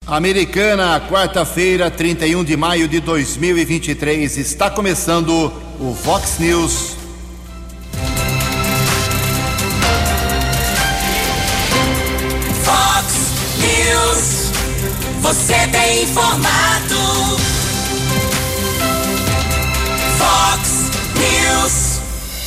Americana, quarta-feira, 31 de maio de 2023. Está começando o Vox News. Vox News. Você bem informado. Vox News.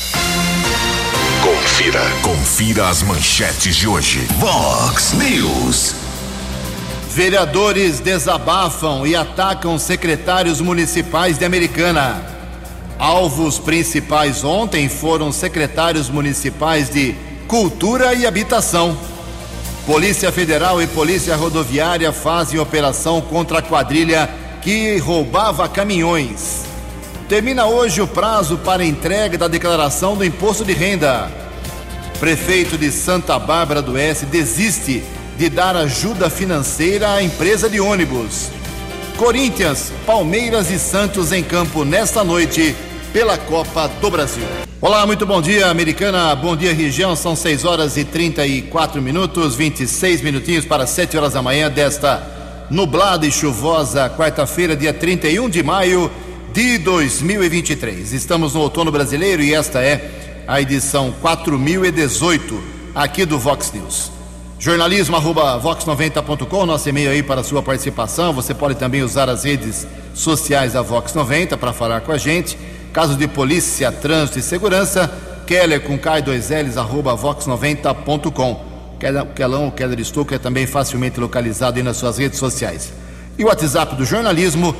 Confira as manchetes de hoje. Vox News. Vereadores desabafam e atacam secretários municipais de Americana. Alvos principais ontem foram secretários municipais de Cultura e Habitação. Polícia Federal e Polícia Rodoviária fazem operação contra a quadrilha que roubava caminhões. Termina hoje o prazo para entrega da declaração do imposto de renda. Prefeito de Santa Bárbara do Oeste desiste de dar ajuda financeira à empresa de ônibus. Corinthians, Palmeiras e Santos em campo nesta noite pela Copa do Brasil. Olá, muito bom dia, Americana, bom dia, região. São 6 horas e 34 minutos, 26 minutinhos para 7 horas da manhã desta nublada e chuvosa quarta-feira, dia 31 de maio de 2023. Estamos no outono brasileiro e esta é a edição 4018 aqui do Vox News. Jornalismo@vox90.com, nosso e-mail aí para a sua participação. Você pode também usar as redes sociais da Vox 90 para falar com a gente. Casos de polícia, trânsito e segurança, Keller com K2Ls @vox90.com. Kelão, Keller Stucker é também facilmente localizado aí nas suas redes sociais. E o WhatsApp do jornalismo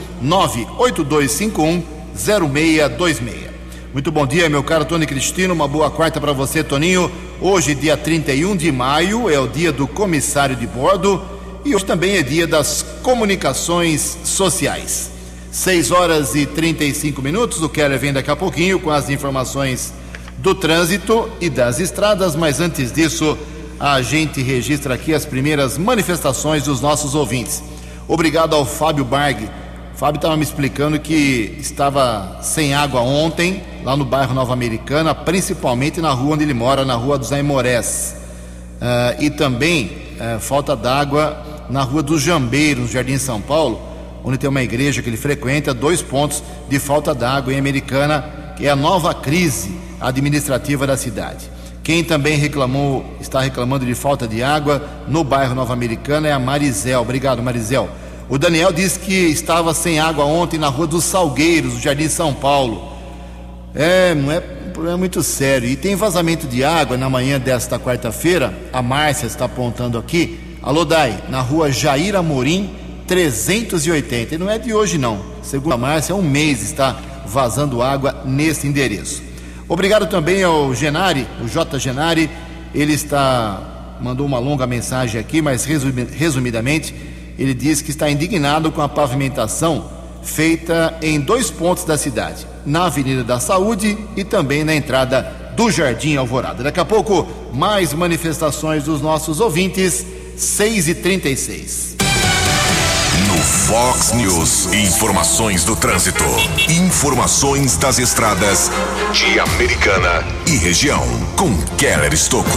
982510626. Muito bom dia, meu caro Tony Cristino, uma boa quarta para você, Toninho. Hoje, dia 31 de maio, é o dia do comissário de bordo e hoje também é dia das comunicações sociais. 6 horas e 35 minutos, o Keller vem daqui a pouquinho com as informações do trânsito e das estradas, mas antes disso, a gente registra aqui as primeiras manifestações dos nossos ouvintes. Obrigado ao Fábio Barg. O Fábio estava me explicando que estava sem água ontem, lá no bairro Nova Americana, principalmente na rua onde ele mora, na rua dos Aimorés. E também falta d'água na rua dos Jambeiros, no Jardim São Paulo, onde tem uma igreja que ele frequenta, 2 pontos de falta d'água em Americana, que é a nova crise administrativa da cidade. Quem também está reclamando de falta de água no bairro Nova Americana é a Marizel. Obrigado, Marizel. O Daniel disse que estava sem água ontem na rua dos Salgueiros, no Jardim São Paulo. Não é um problema muito sério. E tem vazamento de água na manhã desta quarta-feira. A Márcia está apontando aqui. Alô, Dai, na rua Jair Amorim, 380. E não é de hoje, não. Segundo a Márcia, há um mês está vazando água nesse endereço. Obrigado também ao Genari, o J. Genari. Ele mandou uma longa mensagem aqui, mas resumidamente, ele diz que está indignado com a pavimentação feita em 2 pontos da cidade, na Avenida da Saúde e também na entrada do Jardim Alvorada. Daqui a pouco, mais manifestações dos nossos ouvintes, 6h36. No Fox News, informações do trânsito, informações das estradas de Americana e região, com Keller Estocco.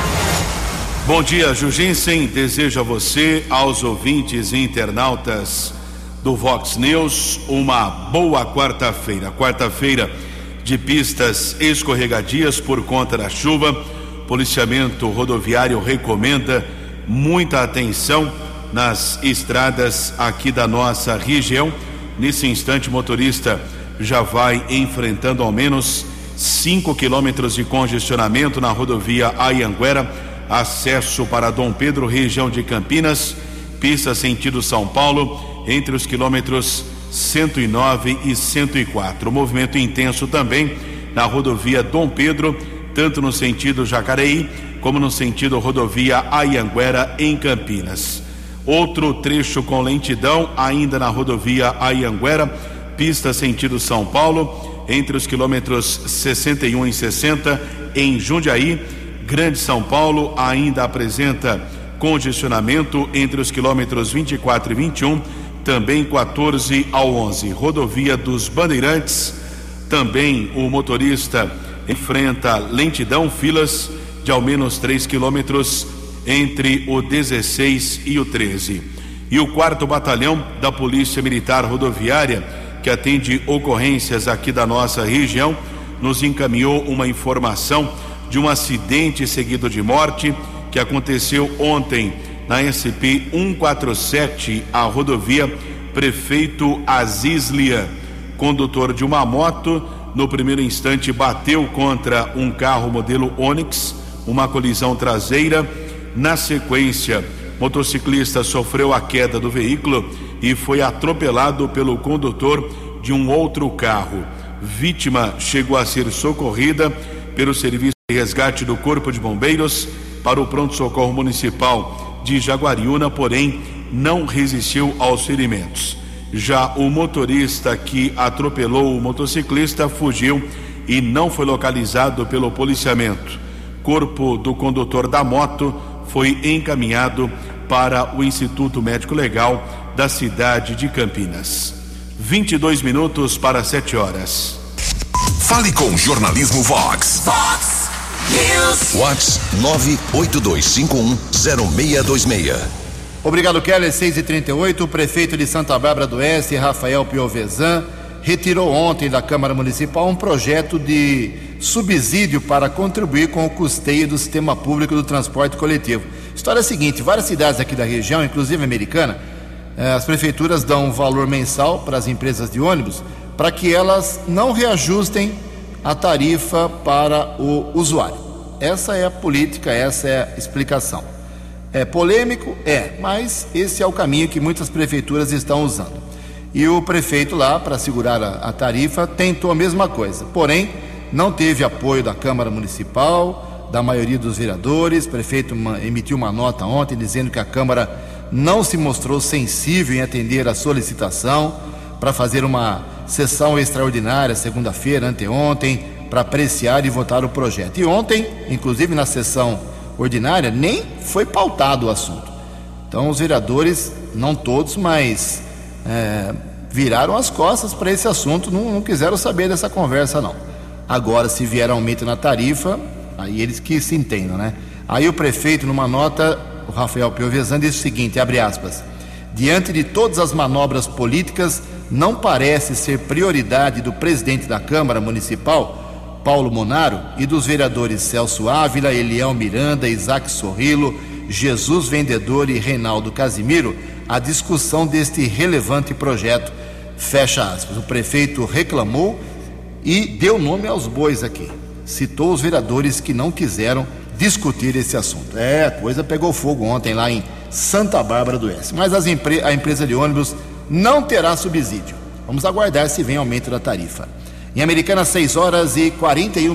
Bom dia, Jugensen. Desejo a você, aos ouvintes e internautas do Vox News, uma boa quarta-feira. Quarta-feira de pistas escorregadias por conta da chuva. Policiamento rodoviário recomenda muita atenção nas estradas aqui da nossa região. Nesse instante, o motorista já vai enfrentando ao menos 5 quilômetros de congestionamento na rodovia Anhanguera, acesso para Dom Pedro, região de Campinas, pista sentido São Paulo, entre os quilômetros 109 e 104. Movimento intenso também na rodovia Dom Pedro, tanto no sentido Jacareí, como no sentido rodovia Anhanguera, em Campinas. Outro trecho com lentidão ainda na rodovia Anhanguera, pista sentido São Paulo, entre os quilômetros 61 e 60, em Jundiaí. Grande São Paulo ainda apresenta congestionamento entre os quilômetros 24 e 21, também 14 ao 11. Rodovia dos Bandeirantes, também o motorista enfrenta lentidão, filas de ao menos 3 quilômetros entre o 16 e o 13. E o 4º Batalhão da Polícia Militar Rodoviária, que atende ocorrências aqui da nossa região, nos encaminhou uma informação de um acidente seguido de morte que aconteceu ontem na SP 147, a rodovia Prefeito Aziz Lian. Condutor de uma moto, no primeiro instante, bateu contra um carro modelo Onix, uma colisão traseira. Na sequência, motociclista sofreu a queda do veículo e foi atropelado pelo condutor de um outro carro. Vítima chegou a ser socorrida pelo Serviço de Resgate do Corpo de Bombeiros para o Pronto-Socorro Municipal de Jaguariúna, porém não resistiu aos ferimentos. Já o motorista que atropelou o motociclista fugiu e não foi localizado pelo policiamento. Corpo do condutor da moto foi encaminhado para o Instituto Médico Legal da cidade de Campinas. 22 minutos para 7 horas. Fale com Jornalismo Vox. Vox News. Vox 982510626. Obrigado, Keller. 6h38. O prefeito de Santa Bárbara do Oeste, Rafael Piovesan, retirou ontem da Câmara Municipal um projeto de subsídio para contribuir com o custeio do sistema público do transporte coletivo. A história é a seguinte: várias cidades aqui da região, inclusive Americana, as prefeituras dão um valor mensal para as empresas de ônibus para que elas não reajustem a tarifa para o usuário. Essa é a política, essa é a explicação. É polêmico? Mas esse é o caminho que muitas prefeituras estão usando. E o prefeito lá, para segurar a tarifa, tentou a mesma coisa, porém não teve apoio da Câmara Municipal, da maioria dos vereadores. O prefeito emitiu uma nota ontem dizendo que a Câmara não se mostrou sensível em atender a solicitação para fazer uma sessão extraordinária segunda-feira, anteontem, para apreciar e votar o projeto. E ontem, inclusive na sessão ordinária, nem foi pautado o assunto. Então os vereadores, não todos, mas viraram as costas para esse assunto, não quiseram saber dessa conversa não. Agora, se vier aumento na tarifa, aí eles que se entendam, né? Aí o prefeito, numa nota, o Rafael Piovesan, disse o seguinte, abre aspas: diante de todas as manobras políticas, não parece ser prioridade do presidente da Câmara Municipal, Paulo Monaro, e dos vereadores Celso Ávila, Eliel Miranda, Isaac Sorrilo, Jesus Vendedor e Reinaldo Casimiro a discussão deste relevante projeto, fecha aspas. O prefeito reclamou e deu nome aos bois aqui, citou os vereadores que não quiseram discutir esse assunto. A coisa pegou fogo ontem lá em Santa Bárbara do Oeste. Mas a empresa de ônibus não terá subsídio. Vamos aguardar se vem aumento da tarifa. Em Americana, 6h41.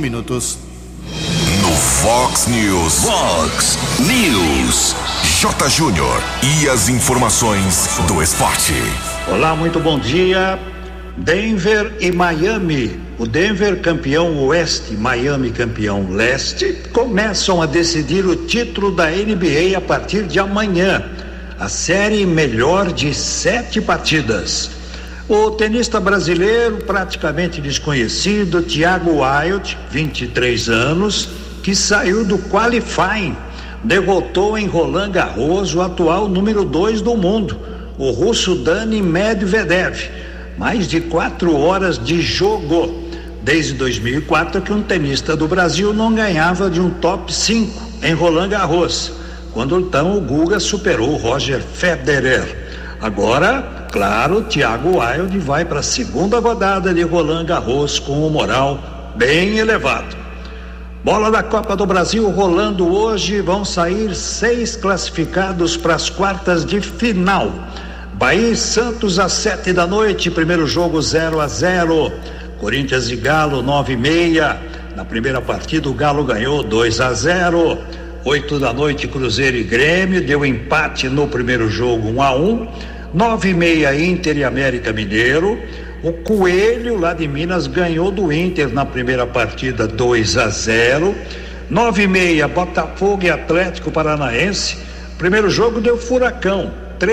No Fox News. Fox News. J. Júnior e as informações do esporte. Olá, muito bom dia. Denver e Miami. O Denver campeão oeste, Miami campeão leste, começam a decidir o título da NBA a partir de amanhã. A série melhor de 7 partidas. O tenista brasileiro, praticamente desconhecido, Thiago Wild, 23 anos, que saiu do qualifying, derrotou em Roland Garros o atual número 2 do mundo, o russo Dani Medvedev. Mais de 4 horas de jogo. Desde 2004 que um tenista do Brasil não ganhava de um top 5 em Roland Garros, quando então o Guga superou o Roger Federer. Agora, claro, Thiago Wild vai para a segunda rodada de Roland Garros com o moral bem elevado. Bola da Copa do Brasil rolando hoje, vão sair 6 classificados para as quartas de final. Bahia e Santos às 7 da noite, primeiro jogo 0-0. Corinthians e Galo 9h30. Na primeira partida o Galo ganhou 2-0. 8 da noite, Cruzeiro e Grêmio, deu empate no primeiro jogo 1-1. 9h30, Inter e América Mineiro. O Coelho lá de Minas ganhou do Inter na primeira partida 2-0. 9h30, Botafogo e Atlético Paranaense. Primeiro jogo deu Furacão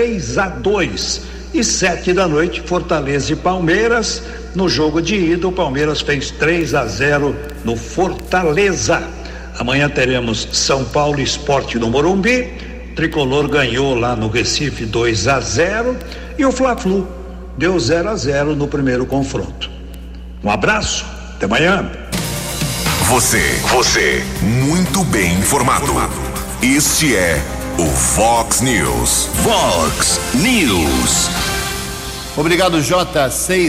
3-2. E 7 da noite, Fortaleza e Palmeiras. No jogo de ida, o Palmeiras fez 3-0 no Fortaleza. Amanhã teremos São Paulo Sport no Morumbi, Tricolor ganhou lá no Recife 2-0 e o Fla-Flu deu 0-0 no primeiro confronto. Um abraço, até amanhã. Você, muito bem informado. Este é o Fox News. Fox News. Obrigado, Jota.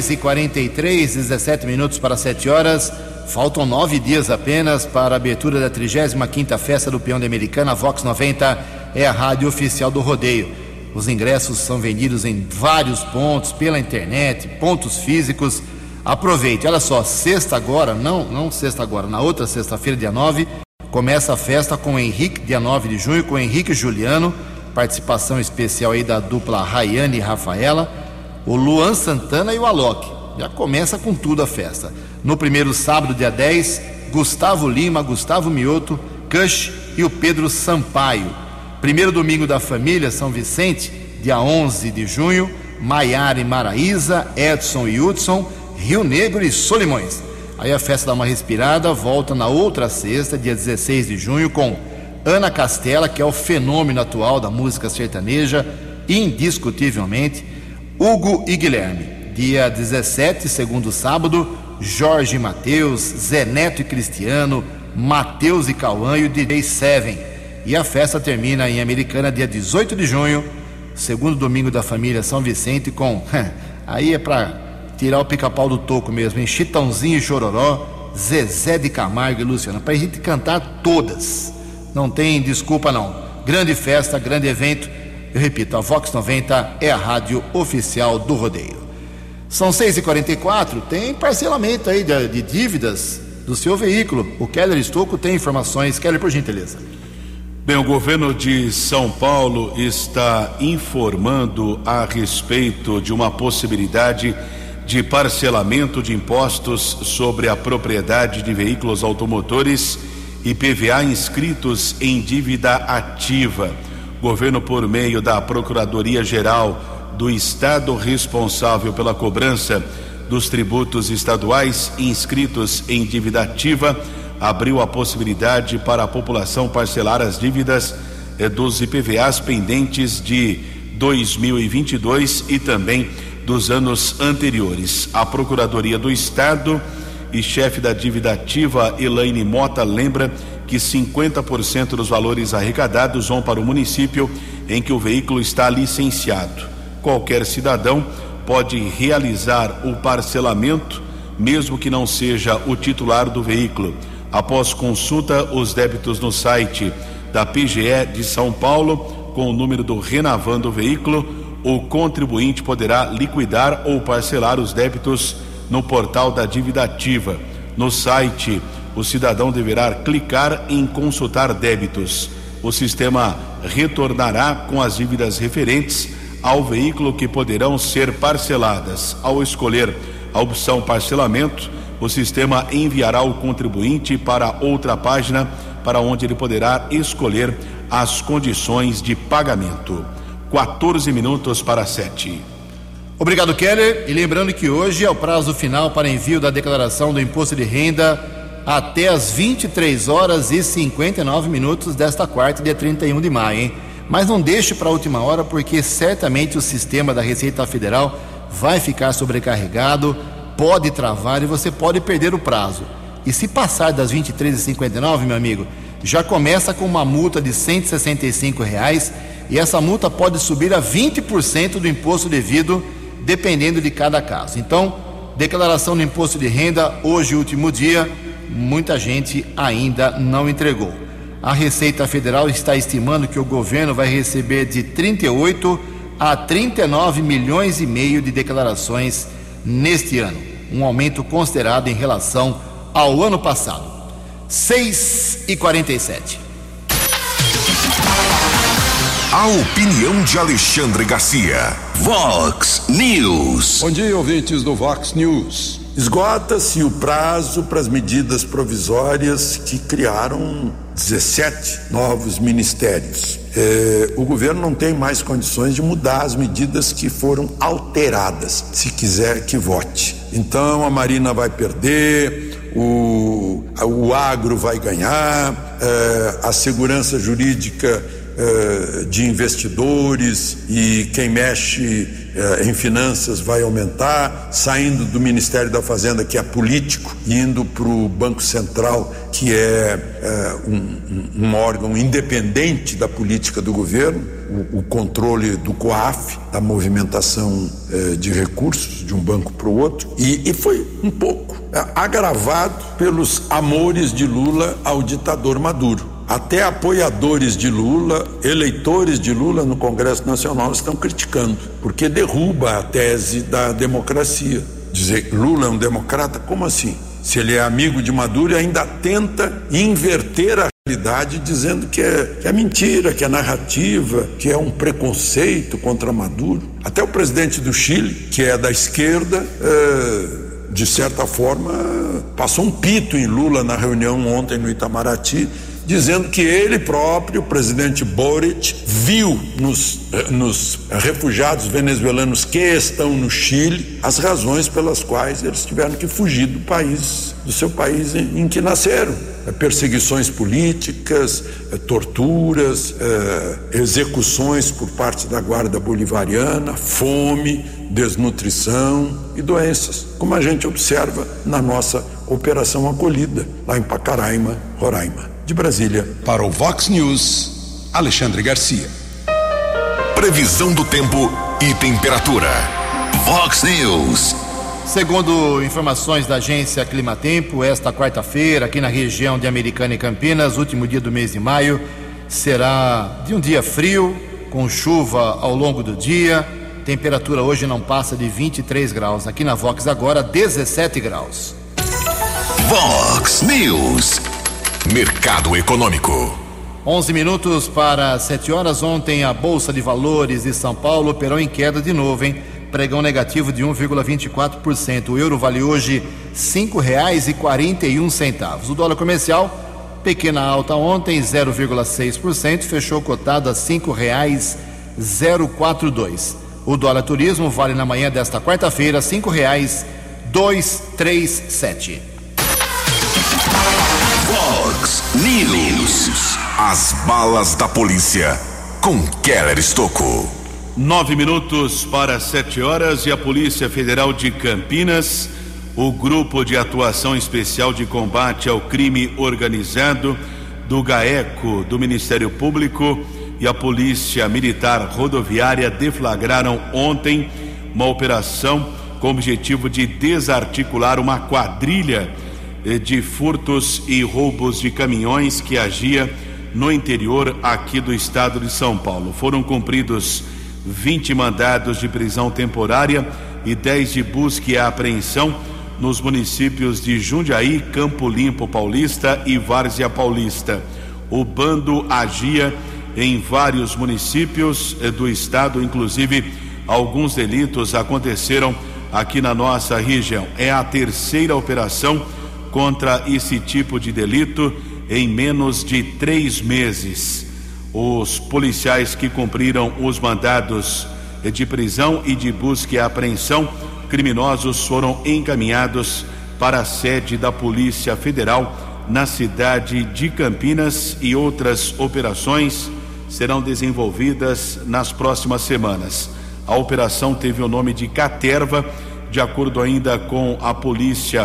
6h43, 17 minutos para 7 horas. Faltam 9 dias apenas para a abertura da 35ª Festa do Peão da Americana. A Vox 90 é a rádio oficial do rodeio. Os ingressos são vendidos em vários pontos, pela internet, pontos físicos. Aproveite. Olha só, sexta agora, não sexta agora, na outra sexta-feira, dia 9, começa a festa com o Henrique, dia 9 de junho, com o Henrique e Juliano, participação especial aí da dupla Rayane e Rafaela, o Luan Santana e o Alok. Já começa com tudo a festa. No primeiro sábado, dia 10, Gustavo Lima, Gustavo Mioto, Cush e o Pedro Sampaio. Primeiro domingo da família, São Vicente, dia 11 de junho, Maiara e Maraísa, Edson e Hudson, Rio Negro e Solimões. Aí a festa dá uma respirada, volta na outra sexta, dia 16 de junho, com Ana Castela, que é o fenômeno atual da música sertaneja, indiscutivelmente, Hugo e Guilherme. Dia 17, segundo sábado, Jorge e Matheus, Zé Neto e Cristiano, Matheus e Cauã e o DJ Seven. E a festa termina em Americana, dia 18 de junho, segundo domingo da família São Vicente, com... aí é pra tirar o pica-pau do toco mesmo, em Chitãozinho e Chororó, Zezé de Camargo e Luciano, pra gente cantar todas. Não tem desculpa não. Grande festa, grande evento. Eu repito, a Vox 90 é a rádio oficial do rodeio. São 6h44, tem parcelamento aí de dívidas do seu veículo. O Keller Estocco tem informações. Keller, por gentileza. Bem, o governo de São Paulo está informando a respeito de uma possibilidade de parcelamento de impostos sobre a propriedade de veículos automotores e PVA inscritos em dívida ativa. O governo, por meio da Procuradoria-Geral do Estado responsável pela cobrança dos tributos estaduais inscritos em dívida ativa, abriu a possibilidade para a população parcelar as dívidas dos IPVAs pendentes de 2022 e também dos anos anteriores. A Procuradoria do Estado e chefe da dívida ativa, Elaine Mota, lembra que 50% dos valores arrecadados vão para o município em que o veículo está licenciado. Qualquer cidadão pode realizar o parcelamento, mesmo que não seja o titular do veículo. Após consulta, os débitos no site da PGE de São Paulo, com o número do Renavan do veículo, o contribuinte poderá liquidar ou parcelar os débitos no portal da dívida ativa. No site, o cidadão deverá clicar em consultar débitos. O sistema retornará com as dívidas referentes ao veículo que poderão ser parceladas. Ao escolher a opção parcelamento, o sistema enviará o contribuinte para outra página para onde ele poderá escolher as condições de pagamento. 14 minutos para 7. Obrigado, Keller. E lembrando que hoje é o prazo final para envio da declaração do imposto de renda até as 23h59 desta quarta, dia 31 de maio, hein? Mas não deixe para a última hora, porque certamente o sistema da Receita Federal vai ficar sobrecarregado, pode travar e você pode perder o prazo. E se passar das 23h59, meu amigo, já começa com uma multa de R$165 e essa multa pode subir a 20% do imposto devido, dependendo de cada caso. Então, declaração do imposto de renda, hoje, último dia, muita gente ainda não entregou. A Receita Federal está estimando que o governo vai receber de 38 a 39 milhões e meio de declarações neste ano, um aumento considerado em relação ao ano passado. 6h47. A opinião de Alexandre Garcia. Vox News. Bom dia, ouvintes do Vox News. Esgota-se o prazo para as medidas provisórias que criaram 17 novos ministérios. O governo não tem mais condições de mudar as medidas que foram alteradas, se quiser que vote. Então a Marina vai perder, o agro vai ganhar, a segurança jurídica de investidores, e quem mexe em finanças vai aumentar, saindo do Ministério da Fazenda, que é político, indo para o Banco Central, que é um órgão independente da política do governo, o controle do COAF, da movimentação de recursos de um banco para o outro, e foi um pouco agravado pelos amores de Lula ao ditador Maduro. Até apoiadores de Lula, eleitores de Lula no Congresso Nacional estão criticando, porque derruba a tese da democracia. Dizer que Lula é um democrata, como assim? Se ele é amigo de Maduro, ainda tenta inverter a realidade, dizendo que é mentira, que é narrativa, que é um preconceito contra Maduro. Até o presidente do Chile, que é da esquerda, de certa forma, passou um pito em Lula na reunião ontem no Itamaraty, dizendo que ele próprio, o presidente Boric, viu nos refugiados venezuelanos que estão no Chile as razões pelas quais eles tiveram que fugir do seu país em que nasceram. Perseguições políticas, torturas, execuções por parte da Guarda Bolivariana, fome, desnutrição e doenças, como a gente observa na nossa Operação Acolhida, lá em Pacaraima, Roraima. De Brasília, para o Vox News, Alexandre Garcia. Previsão do tempo e temperatura. Vox News. Segundo informações da agência Climatempo, esta quarta-feira, aqui na região de Americana e Campinas, último dia do mês de maio, será de um dia frio, com chuva ao longo do dia. Temperatura hoje não passa de 23 graus. Aqui na Vox agora, 17 graus. Vox News. Mercado Econômico. 11 minutos para 7 horas. Ontem a Bolsa de Valores de São Paulo operou em queda de novo, hein? Pregão negativo de 1,24%. O euro vale hoje R$ 5,41. O dólar comercial, pequena alta ontem, 0,6%, fechou cotado a R$ 5,042. O dólar turismo vale na manhã desta quarta-feira R$ 5,237. Vox News. As balas da polícia com Keller Estocco. 9 minutos para 7 horas e a Polícia Federal de Campinas, o Grupo de Atuação Especial de Combate ao Crime Organizado do GAECO, do Ministério Público, e a Polícia Militar Rodoviária deflagraram ontem uma operação com o objetivo de desarticular uma quadrilha de furtos e roubos de caminhões que agia no interior aqui do estado de São Paulo. Foram cumpridos 20 mandados de prisão temporária e 10 de busca e apreensão nos municípios de Jundiaí, Campo Limpo Paulista e Várzea Paulista. O bando agia em vários municípios do estado, inclusive alguns delitos aconteceram aqui na nossa região. É a terceira operação contra esse tipo de delito em menos de 3 meses. Os policiais que cumpriram os mandados de prisão e de busca e apreensão, criminosos foram encaminhados para a sede da Polícia Federal na cidade de Campinas, e outras operações serão desenvolvidas nas próximas semanas. A operação teve o nome de Caterva, de acordo ainda com a Polícia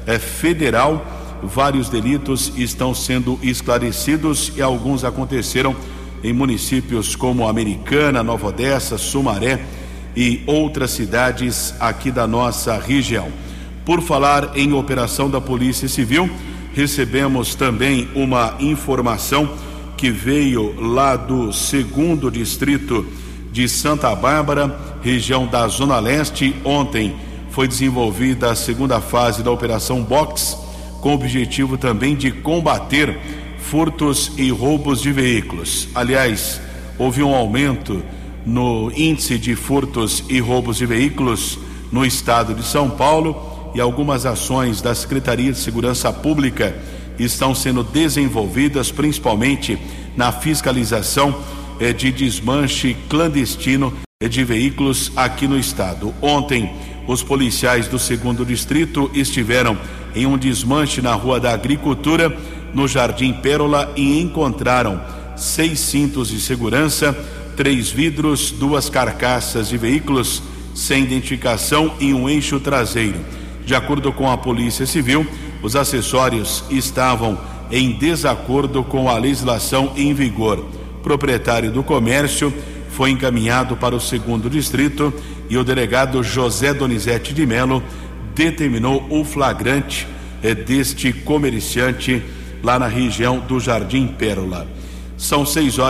Federal. Vários delitos estão sendo esclarecidos e alguns aconteceram em municípios como Americana, Nova Odessa, Sumaré e outras cidades aqui da nossa região. Por falar em operação da Polícia Civil, recebemos também uma informação que veio lá do 2º Distrito de Santa Bárbara, região da Zona Leste. Ontem foi desenvolvida a segunda fase da Operação Box, com o objetivo também de combater furtos e roubos de veículos. Aliás, houve um aumento no índice de furtos e roubos de veículos no estado de São Paulo, e algumas ações da Secretaria de Segurança Pública estão sendo desenvolvidas, principalmente na fiscalização de desmanche clandestino de veículos aqui no estado. Ontem, os policiais do 2º Distrito estiveram em um desmanche na Rua da Agricultura, no Jardim Pérola, e encontraram 6 cintos de segurança, 3 vidros, 2 carcaças de veículos sem identificação e um eixo traseiro. De acordo com a Polícia Civil, os acessórios estavam em desacordo com a legislação em vigor. O proprietário do comércio foi encaminhado para o 2º Distrito e o delegado José Donizete de Melo determinou o flagrante deste comerciante lá na região do Jardim Pérola. São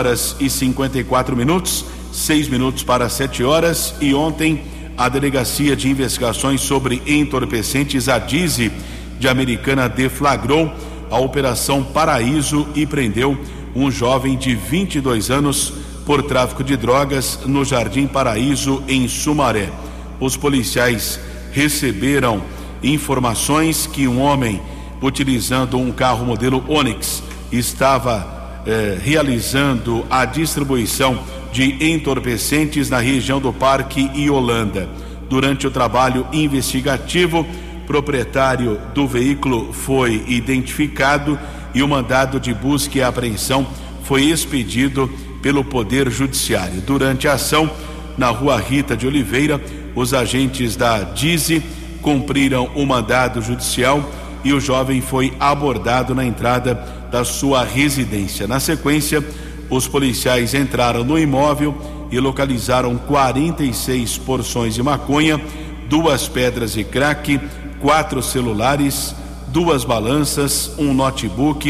6h54, 6 minutos para 7h, e ontem a Delegacia de Investigações sobre Entorpecentes, a DISE de Americana, deflagrou a Operação Paraíso e prendeu um jovem de 22 anos por tráfico de drogas no Jardim Paraíso, em Sumaré. Os policiais receberam informações que um homem utilizando um carro modelo Onix estava realizando a distribuição de entorpecentes na região do Parque Iolanda. Durante o trabalho investigativo, o proprietário do veículo foi identificado e o mandado de busca e apreensão foi expedido pelo Poder Judiciário. Durante a ação na Rua Rita de Oliveira, os agentes da DISE cumpriram o mandado judicial e o jovem foi abordado na entrada da sua residência. Na sequência, os policiais entraram no imóvel e localizaram 46 porções de maconha, 2 pedras de crack, 4 celulares, 2 balanças, um notebook,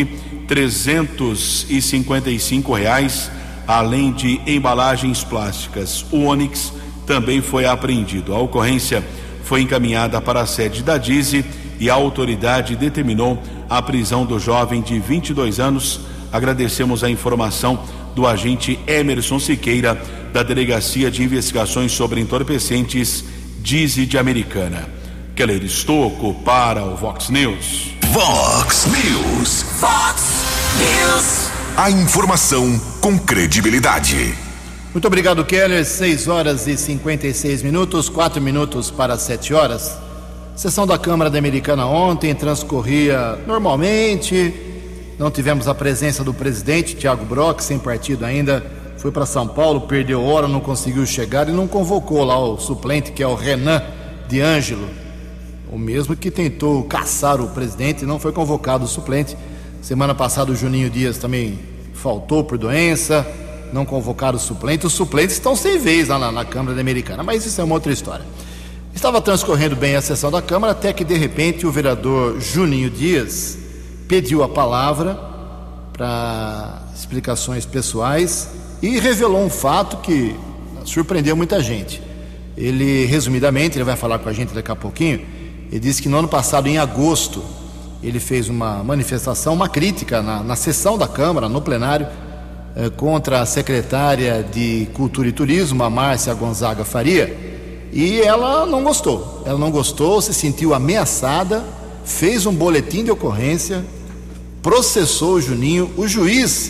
R$355, além de embalagens plásticas. O Onix também foi apreendido. A ocorrência foi encaminhada para a sede da DISE e a autoridade determinou a prisão do jovem de 22 anos. Agradecemos a informação do agente Emerson Siqueira, da Delegacia de Investigações sobre Entorpecentes, DISE de Americana. Keller Estocco para o Vox News. Vox News. Vox News. A informação com credibilidade. Muito obrigado, Keller. 6h56, 4 minutos para 7h. Sessão da Câmara da Americana ontem transcorria normalmente. Não tivemos a presença do presidente, Thiago Brock, sem partido ainda. Foi para São Paulo, perdeu hora, não conseguiu chegar e não convocou lá o suplente, que é o Renan de Ângelo, o mesmo que tentou caçar o presidente, não foi convocado o suplente. Semana passada o Juninho Dias também faltou por doença, não convocaram o suplente. Os suplentes estão sem vez lá na Câmara da Americana, mas isso é uma outra história. Estava transcorrendo bem a sessão da Câmara, até que de repente o vereador Juninho Dias pediu a palavra para explicações pessoais e revelou um fato que surpreendeu muita gente. Ele, resumidamente, ele vai falar com a gente daqui a pouquinho, ele disse que no ano passado, em agosto, ele fez uma manifestação, uma crítica na sessão da Câmara, no plenário, contra a secretária de Cultura e Turismo, a Márcia Gonzaga Faria, e ela não gostou, se sentiu ameaçada, fez um boletim de ocorrência, processou o Juninho, o juiz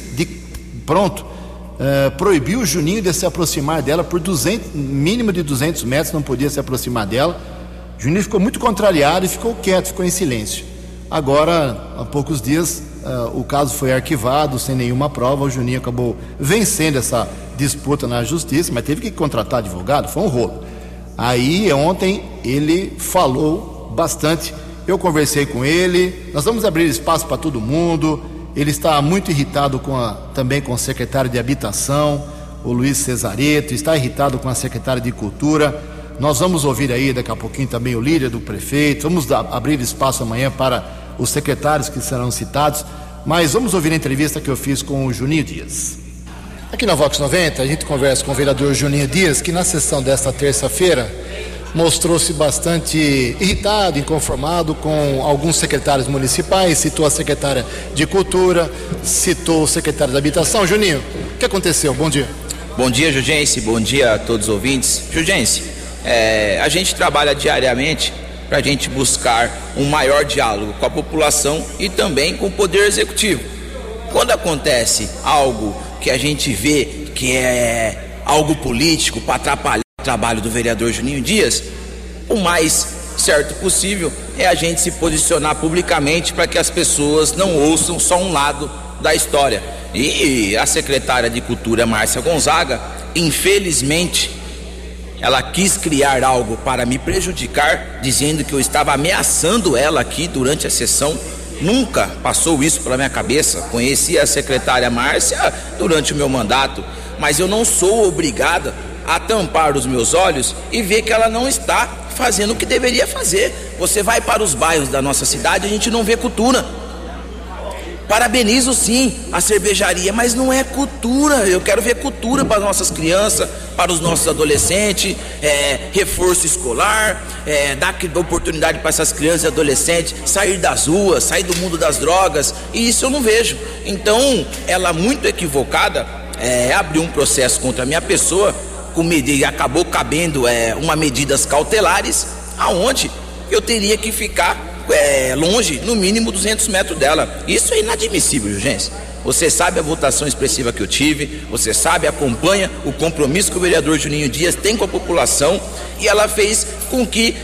proibiu o Juninho de se aproximar dela por mínimo de 200 metros, não podia se aproximar dela. O Juninho ficou muito contrariado e ficou quieto, ficou em silêncio. Agora, há poucos dias, o caso foi arquivado sem nenhuma prova. O Juninho acabou vencendo essa disputa na justiça, mas teve que contratar advogado, foi um rolo. Aí ontem ele falou bastante, eu conversei com ele, nós vamos abrir espaço para todo mundo. Ele está muito irritado também com o secretário de Habitação, o Luiz Cesareto, está irritado com a secretária de Cultura. Nós vamos ouvir aí daqui a pouquinho também o líder do prefeito, vamos abrir espaço amanhã para os secretários que serão citados, mas vamos ouvir a entrevista que eu fiz com o Juninho Dias. Aqui na Vox 90, a gente conversa com o vereador Juninho Dias, que na sessão desta terça-feira mostrou-se bastante irritado, inconformado com alguns secretários municipais, citou a secretária de Cultura, citou o secretário de Habitação. Juninho, o que aconteceu? Bom dia. Bom dia, Jugense, bom dia a todos os ouvintes. Jugense, a gente trabalha diariamente para a gente buscar um maior diálogo com a população e também com o Poder Executivo. Quando acontece algo que a gente vê que é algo político para atrapalhar o trabalho do vereador Juninho Dias, o mais certo possível é a gente se posicionar publicamente para que as pessoas não ouçam só um lado da história. E a secretária de Cultura, Márcia Gonzaga, infelizmente, ela quis criar algo para me prejudicar, dizendo que eu estava ameaçando ela aqui durante a sessão. Nunca passou isso pela minha cabeça. Conheci a secretária Márcia durante o meu mandato, mas eu não sou obrigada a tampar os meus olhos e ver que ela não está fazendo o que deveria fazer. Você vai para os bairros da nossa cidade, a gente não vê cultura. Parabenizo sim a cervejaria, mas não é cultura. Eu quero ver cultura para as nossas crianças, para os nossos adolescentes, reforço escolar, dar oportunidade para essas crianças e adolescentes sair das ruas, sair do mundo das drogas, e isso eu não vejo. Então, ela muito equivocada, abriu um processo contra a minha pessoa, e acabou cabendo uma medidas cautelares, aonde eu teria que ficar longe, no mínimo 200 metros dela. Isso é inadmissível, Jurgência. Você sabe a votação expressiva que eu tive, você sabe, acompanha o compromisso que o vereador Juninho Dias tem com a população, e ela fez com que,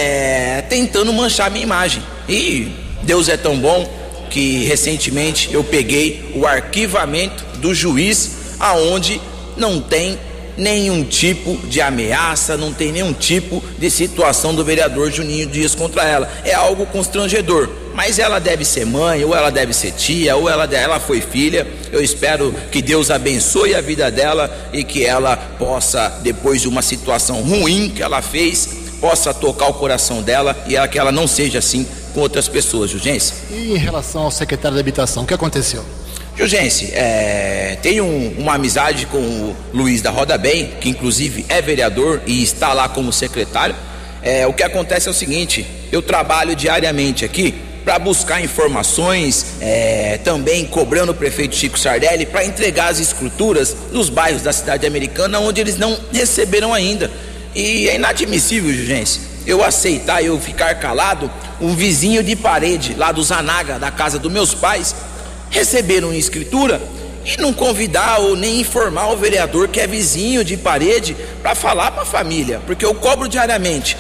tentando manchar a minha imagem. E Deus é tão bom que recentemente eu peguei o arquivamento do juiz, aonde não tem nenhum tipo de ameaça, não tem nenhum tipo de situação do vereador Juninho Dias contra ela. É algo constrangedor, mas ela deve ser mãe, ou ela deve ser tia, ou ela foi filha. Eu espero que Deus abençoe a vida dela e que ela possa, depois de uma situação ruim que ela fez, possa tocar o coração dela, e que ela não seja assim com outras pessoas, Jurgência. E em relação ao secretário da Habitação, o que aconteceu? Jurgência, tenho uma amizade com o Luiz da Roda Bem, que inclusive é vereador e está lá como secretário. O que acontece é o seguinte: eu trabalho diariamente aqui para buscar informações, também cobrando o prefeito Chico Sardelli para entregar as escrituras nos bairros da cidade americana, onde eles não receberam ainda. E é inadmissível, Jurgência, eu aceitar, eu ficar calado, um vizinho de parede lá do Zanaga, da casa dos meus pais, receberam escritura e não convidar ou nem informar o vereador que é vizinho de parede para falar para a família, porque eu cobro diariamente.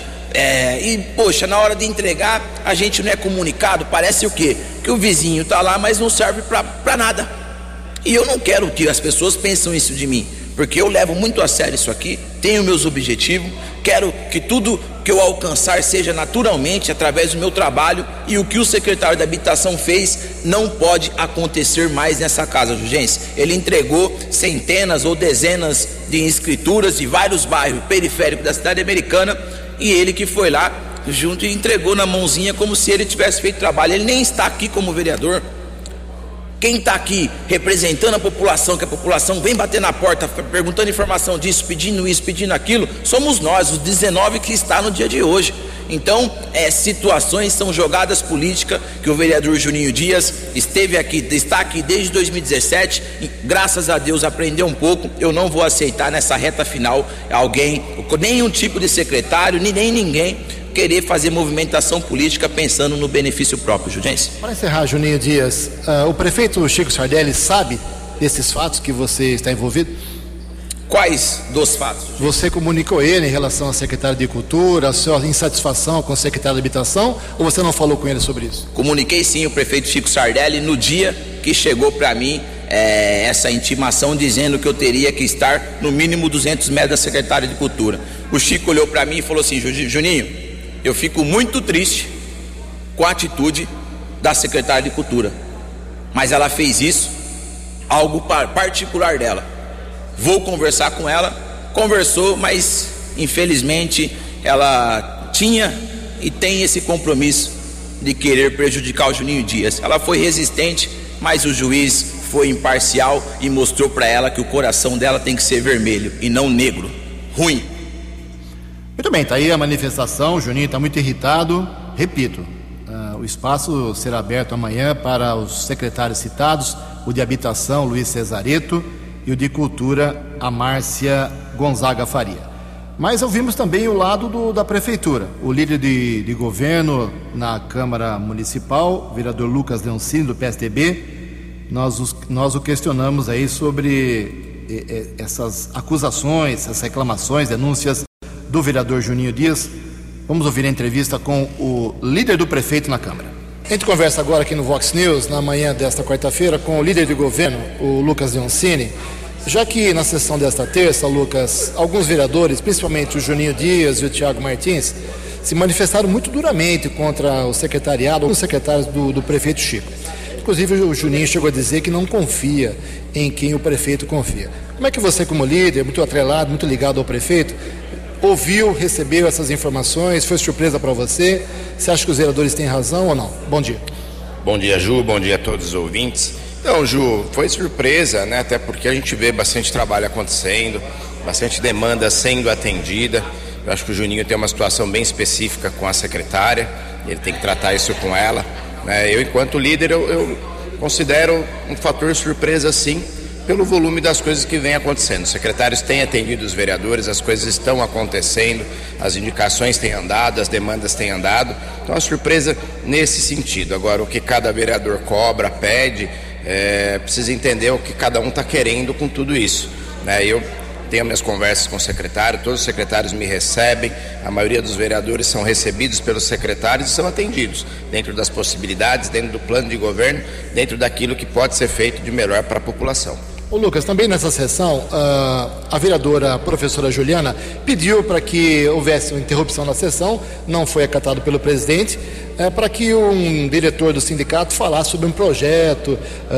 E poxa, na hora de entregar a gente não é comunicado. Parece o quê? Que o vizinho tá lá, mas não serve para nada. E eu não quero que as pessoas pensem isso de mim, porque eu levo muito a sério isso aqui, tenho meus objetivos, quero que tudo que eu alcançar seja naturalmente através do meu trabalho, e o que o secretário da Habitação fez não pode acontecer mais nessa casa, Jurgência. Ele entregou centenas ou dezenas de escrituras de vários bairros periféricos da cidade americana, e ele que foi lá junto e entregou na mãozinha como se ele tivesse feito trabalho. Ele nem está aqui como vereador. Quem está aqui representando a população, que a população vem bater na porta perguntando informação disso, pedindo isso, pedindo aquilo, somos nós, os 19 que está no dia de hoje. Então, situações são jogadas políticas que o vereador Juninho Dias está aqui desde 2017, e graças a Deus aprendeu um pouco. Eu não vou aceitar nessa reta final nenhum tipo de secretário, nem ninguém querer fazer movimentação política pensando no benefício próprio, Jurgência. Para encerrar, Juninho Dias, o prefeito Chico Sardelli sabe desses fatos que você está envolvido? Quais dos fatos? Você comunicou ele em relação ao secretário de Cultura, a sua insatisfação com o secretário de Habitação, ou você não falou com ele sobre isso? Comuniquei sim o prefeito Chico Sardelli no dia que chegou para mim essa intimação dizendo que eu teria que estar no mínimo 200 metros da secretária de Cultura. O Chico olhou para mim e falou assim: Juninho, eu fico muito triste com a atitude da secretária de Cultura, mas ela fez isso, algo particular dela. Vou conversar com ela. Conversou, mas infelizmente ela tinha e tem esse compromisso de querer prejudicar o Juninho Dias. Ela foi resistente, mas o juiz foi imparcial e mostrou para ela que o coração dela tem que ser vermelho e não negro, ruim. Muito bem, está aí a manifestação. O Juninho está muito irritado. Repito, o espaço será aberto amanhã para os secretários citados, o de Habitação, Luiz Cesareto, e o de Cultura, a Márcia Gonzaga Faria. Mas ouvimos também o lado da prefeitura. O líder de governo na Câmara Municipal, o vereador Lucas Leoncini, do PSDB, nós o questionamos aí sobre essas acusações, essas reclamações, denúncias do vereador Juninho Dias. Vamos ouvir a entrevista com o líder do prefeito na Câmara. A gente conversa agora aqui no Vox News, na manhã desta quarta-feira, com o líder de governo, o Lucas Leoncini, já que na sessão desta terça, Lucas, alguns vereadores, principalmente o Juninho Dias e o Thiago Martins, se manifestaram muito duramente contra o secretariado, alguns secretários do prefeito Chico. Inclusive o Juninho chegou a dizer que não confia em quem o prefeito confia. Como é que você, como líder, muito atrelado, muito ligado ao prefeito, ouviu, recebeu essas informações? Foi surpresa para você? Você acha que os vereadores têm razão ou não? Bom dia. Bom dia, Ju. Bom dia a todos os ouvintes. Então, Ju, foi surpresa, né? Até porque a gente vê bastante trabalho acontecendo, bastante demanda sendo atendida. Eu acho que o Juninho tem uma situação bem específica com a secretária, ele tem que tratar isso com ela. Eu, enquanto líder, eu considero um fator surpresa, sim, pelo volume das coisas que vem acontecendo. Os secretários têm atendido os vereadores, as coisas estão acontecendo, as indicações têm andado, as demandas têm andado. Então, a surpresa nesse sentido. Agora, o que cada vereador cobra, pede, precisa entender o que cada um está querendo com tudo isso. Eu tenho minhas conversas com o secretário, todos os secretários me recebem, a maioria dos vereadores são recebidos pelos secretários e são atendidos dentro das possibilidades, dentro do plano de governo, dentro daquilo que pode ser feito de melhor para a população. Ô Lucas, também nessa sessão, a vereadora professora Juliana pediu para que houvesse uma interrupção na sessão, não foi acatado pelo presidente, para que um diretor do sindicato falasse sobre um projeto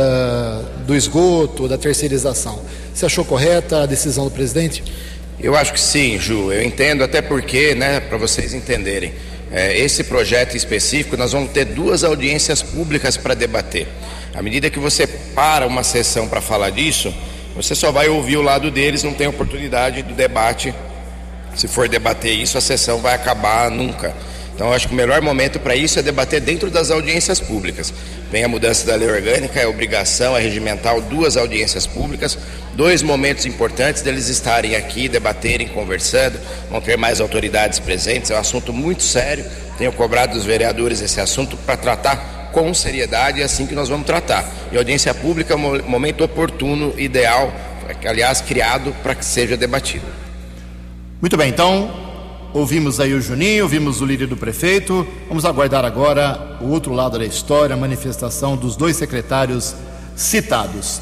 do esgoto, da terceirização. Você achou correta a decisão do presidente? Eu acho que sim, Ju, eu entendo, até porque, para vocês entenderem, esse projeto específico, nós vamos ter 2 audiências públicas para debater. À medida que você para uma sessão para falar disso, você só vai ouvir o lado deles, não tem oportunidade do debate. Se for debater isso, a sessão vai acabar nunca. Então, eu acho que o melhor momento para isso é debater dentro das audiências públicas. Vem a mudança da lei orgânica, é obrigação, é regimental, 2 audiências públicas, 2 momentos importantes deles estarem aqui, debaterem, conversando, vão ter mais autoridades presentes, é um assunto muito sério. Tenho cobrado dos vereadores esse assunto para tratar com seriedade, é assim que nós vamos tratar. E a audiência pública é um momento oportuno, ideal, aliás, criado para que seja debatido. Muito bem, então, ouvimos aí o Juninho, ouvimos o líder do prefeito, vamos aguardar agora o outro lado da história, a manifestação dos 2 secretários citados.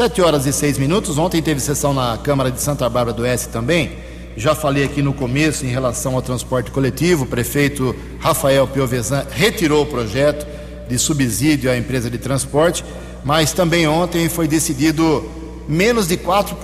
7h06, ontem teve sessão na Câmara de Santa Bárbara do Oeste também, já falei aqui no começo em relação ao transporte coletivo, o prefeito Rafael Piovesan retirou o projeto de subsídio à empresa de transporte, mas também ontem foi decidido menos de 4%,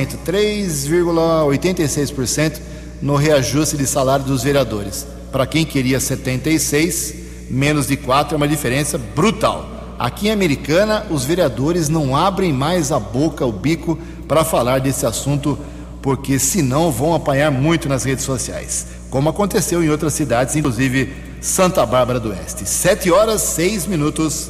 3,86% no reajuste de salário dos vereadores. Para quem queria 76, menos de 4 é uma diferença brutal. Aqui em Americana, os vereadores não abrem mais a boca, o bico, para falar desse assunto, porque senão vão apanhar muito nas redes sociais, como aconteceu em outras cidades, inclusive Santa Bárbara do Oeste. 7h06.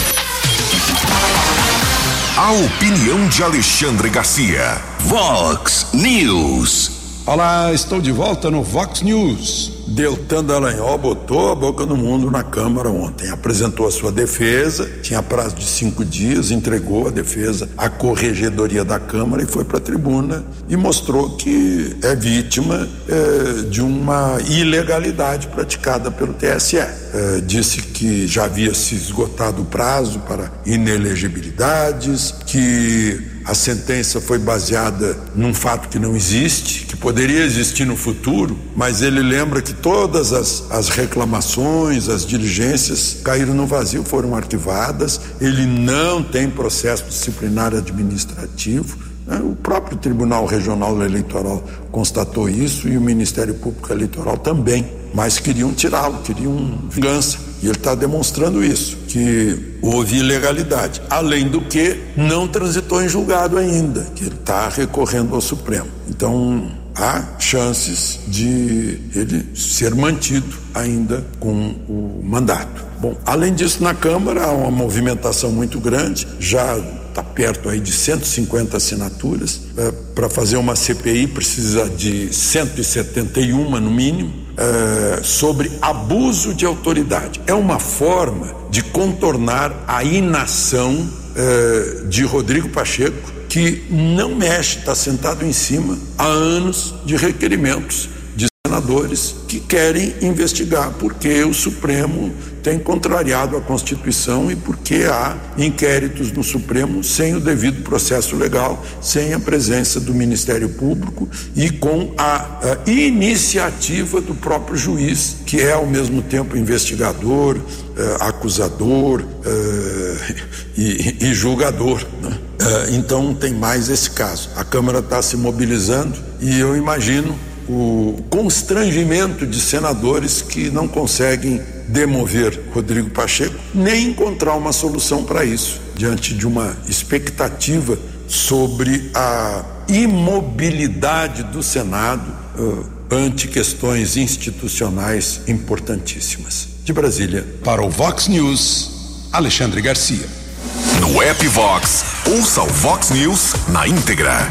A opinião de Alexandre Garcia. Vox News. Olá, estou de volta no Vox News. Deltan Dallagnol botou a boca no mundo na Câmara ontem, apresentou a sua defesa, tinha prazo de 5 dias, entregou a defesa à Corregedoria da Câmara e foi para a tribuna e mostrou que é vítima de uma ilegalidade praticada pelo TSE. Disse que já havia se esgotado o prazo para inelegibilidades, que a sentença foi baseada num fato que não existe, que poderia existir no futuro, mas ele lembra que todas as reclamações, as diligências caíram no vazio, foram arquivadas. Ele não tem processo disciplinar administrativo. O próprio Tribunal Regional Eleitoral constatou isso e o Ministério Público Eleitoral também, mas queriam tirá-lo, queriam vingança. E ele está demonstrando isso, que houve ilegalidade. Além do que, não transitou em julgado ainda, que ele está recorrendo ao Supremo. Então, há chances de ele ser mantido ainda com o mandato. Bom, além disso, na Câmara há uma movimentação muito grande, já está perto aí de 150 assinaturas. Para fazer uma CPI precisa de 171 no mínimo. Sobre abuso de autoridade. É uma forma de contornar a inação de Rodrigo Pacheco, que não mexe, está sentado em cima há anos de requerimentos de senadores que querem investigar, porque o Supremo tem contrariado a Constituição e porque há inquéritos no Supremo sem o devido processo legal, sem a presença do Ministério Público e com a iniciativa do próprio juiz, que é ao mesmo tempo investigador, acusador e julgador, né? Então tem mais esse caso. A Câmara está se mobilizando e eu imagino o constrangimento de senadores que não conseguem demover Rodrigo Pacheco, nem encontrar uma solução para isso, diante de uma expectativa sobre a imobilidade do Senado ante questões institucionais importantíssimas. De Brasília, para o Vox News, Alexandre Garcia. No app Vox, ouça o Vox News na íntegra.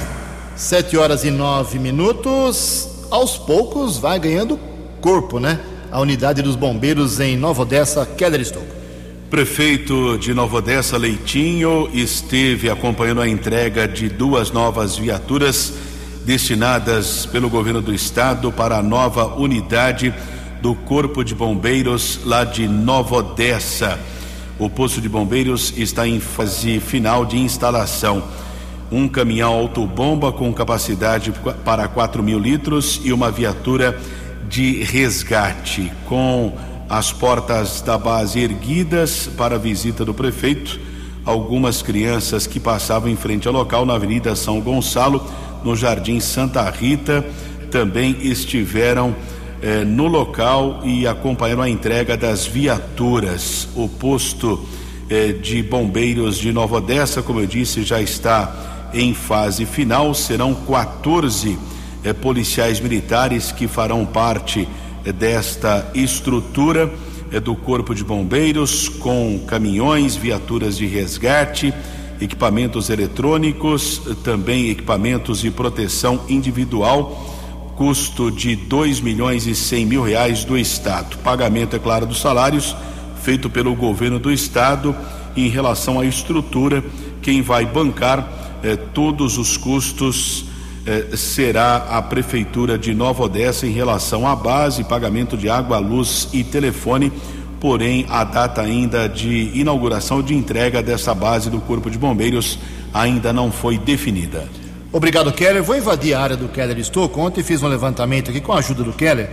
7h09. Aos poucos vai ganhando corpo, né? A unidade dos bombeiros em Nova Odessa. Keller Estouco. Prefeito de Nova Odessa, Leitinho, esteve acompanhando a entrega de 2 novas viaturas destinadas pelo governo do estado para a nova unidade do Corpo de Bombeiros lá de Nova Odessa. O posto de bombeiros está em fase final de instalação. Um caminhão autobomba com capacidade para 4.000 litros e uma viatura de resgate, com as portas da base erguidas para a visita do prefeito. Algumas crianças que passavam em frente ao local na Avenida São Gonçalo, no Jardim Santa Rita, também estiveram no local e acompanharam a entrega das viaturas. O posto de bombeiros de Nova Odessa, como eu disse, já está em fase final. Serão 14 policiais militares que farão parte desta estrutura do Corpo de Bombeiros, com caminhões, viaturas de resgate, equipamentos eletrônicos, também equipamentos de proteção individual, custo de R$2.100.000 do estado. Pagamento, é claro, dos salários feito pelo governo do estado. Em relação à estrutura, quem vai bancar todos os custos será a prefeitura de Nova Odessa em relação à base, pagamento de água, luz e telefone. Porém, a data ainda de inauguração, de entrega dessa base do Corpo de Bombeiros ainda não foi definida. Obrigado, Keller. Vou invadir a área do Keller Estouco. Ontem fiz um levantamento aqui com a ajuda do Keller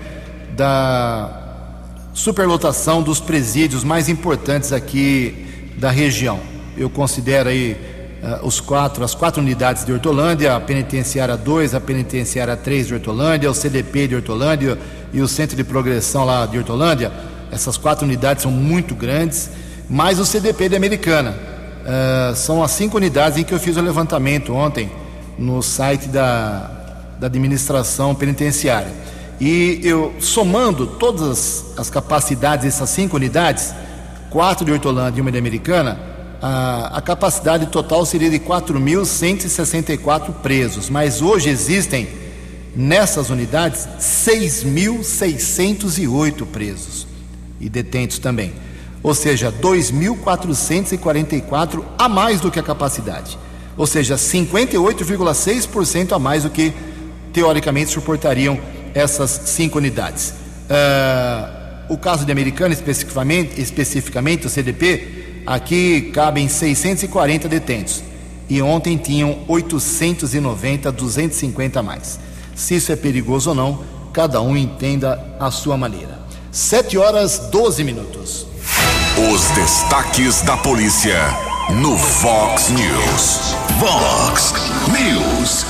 da superlotação dos presídios mais importantes aqui da região. Eu considero aí as 4 unidades de Hortolândia, a Penitenciária 2, a Penitenciária 3 de Hortolândia, o CDP de Hortolândia e o Centro de Progressão lá de Hortolândia. Essas 4 unidades são muito grandes, mais o CDP de Americana. São as 5 unidades em que eu fiz o levantamento ontem no site da administração penitenciária. E eu, somando todas as capacidades dessas 5 unidades, 4 de Hortolândia e uma de Americana, a capacidade total seria de 4.164 presos. Mas hoje existem nessas unidades 6.608 presos e detentos também. Ou seja, 2.444 a mais do que a capacidade. Ou seja, 58,6% a mais do que teoricamente suportariam essas 5 unidades. O caso de Americana, especificamente o CDP, aqui cabem 640 detentos e ontem tinham 890, 250 a mais. Se isso é perigoso ou não, cada um entenda a sua maneira. 7h12. Os destaques da polícia no Vox News. Vox News.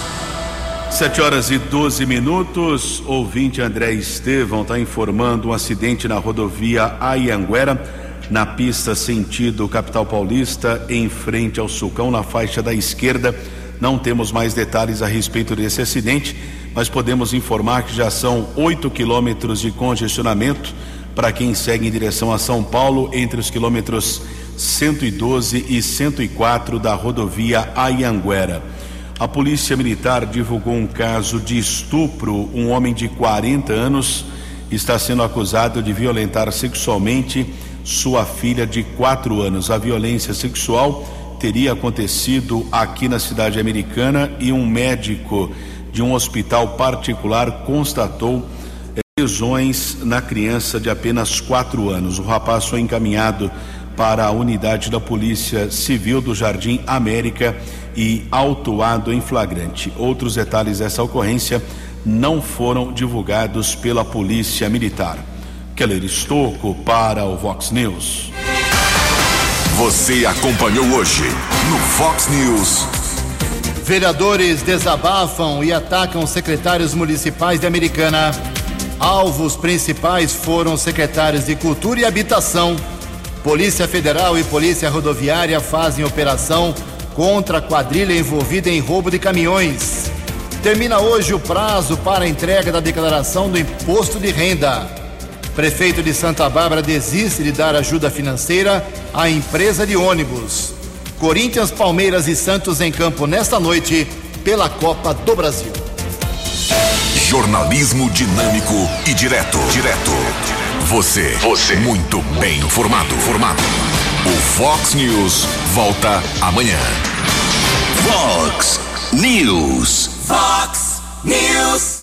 7h12. Ouvinte André Estevão está informando um acidente na rodovia Anhanguera, na pista sentido capital paulista, em frente ao Sulcão, na faixa da esquerda. Não temos mais detalhes a respeito desse acidente, mas podemos informar que já são 8 quilômetros de congestionamento para quem segue em direção a São Paulo, entre os quilômetros 112 e 104 da rodovia Anhanguera. A Polícia Militar divulgou um caso de estupro. Um homem de 40 anos está sendo acusado de violentar sexualmente sua filha de 4 anos. A violência sexual teria acontecido aqui na cidade americana e um médico de um hospital particular constatou lesões na criança de apenas 4 anos. O rapaz foi encaminhado para a unidade da Polícia Civil do Jardim América e autuado em flagrante. Outros detalhes dessa ocorrência não foram divulgados pela Polícia Militar. Keller Estocco para o Vox News. Você acompanhou hoje no Vox News. Vereadores desabafam e atacam secretários municipais de Americana. Alvos principais foram secretários de Cultura e Habitação. Polícia Federal e Polícia Rodoviária fazem operação contra a quadrilha envolvida em roubo de caminhões. Termina hoje o prazo para a entrega da declaração do imposto de renda. Prefeito de Santa Bárbara desiste de dar ajuda financeira à empresa de ônibus. Corinthians, Palmeiras e Santos em campo nesta noite pela Copa do Brasil. Jornalismo dinâmico e direto. Você muito bem informado. O Vox News volta amanhã. Vox News.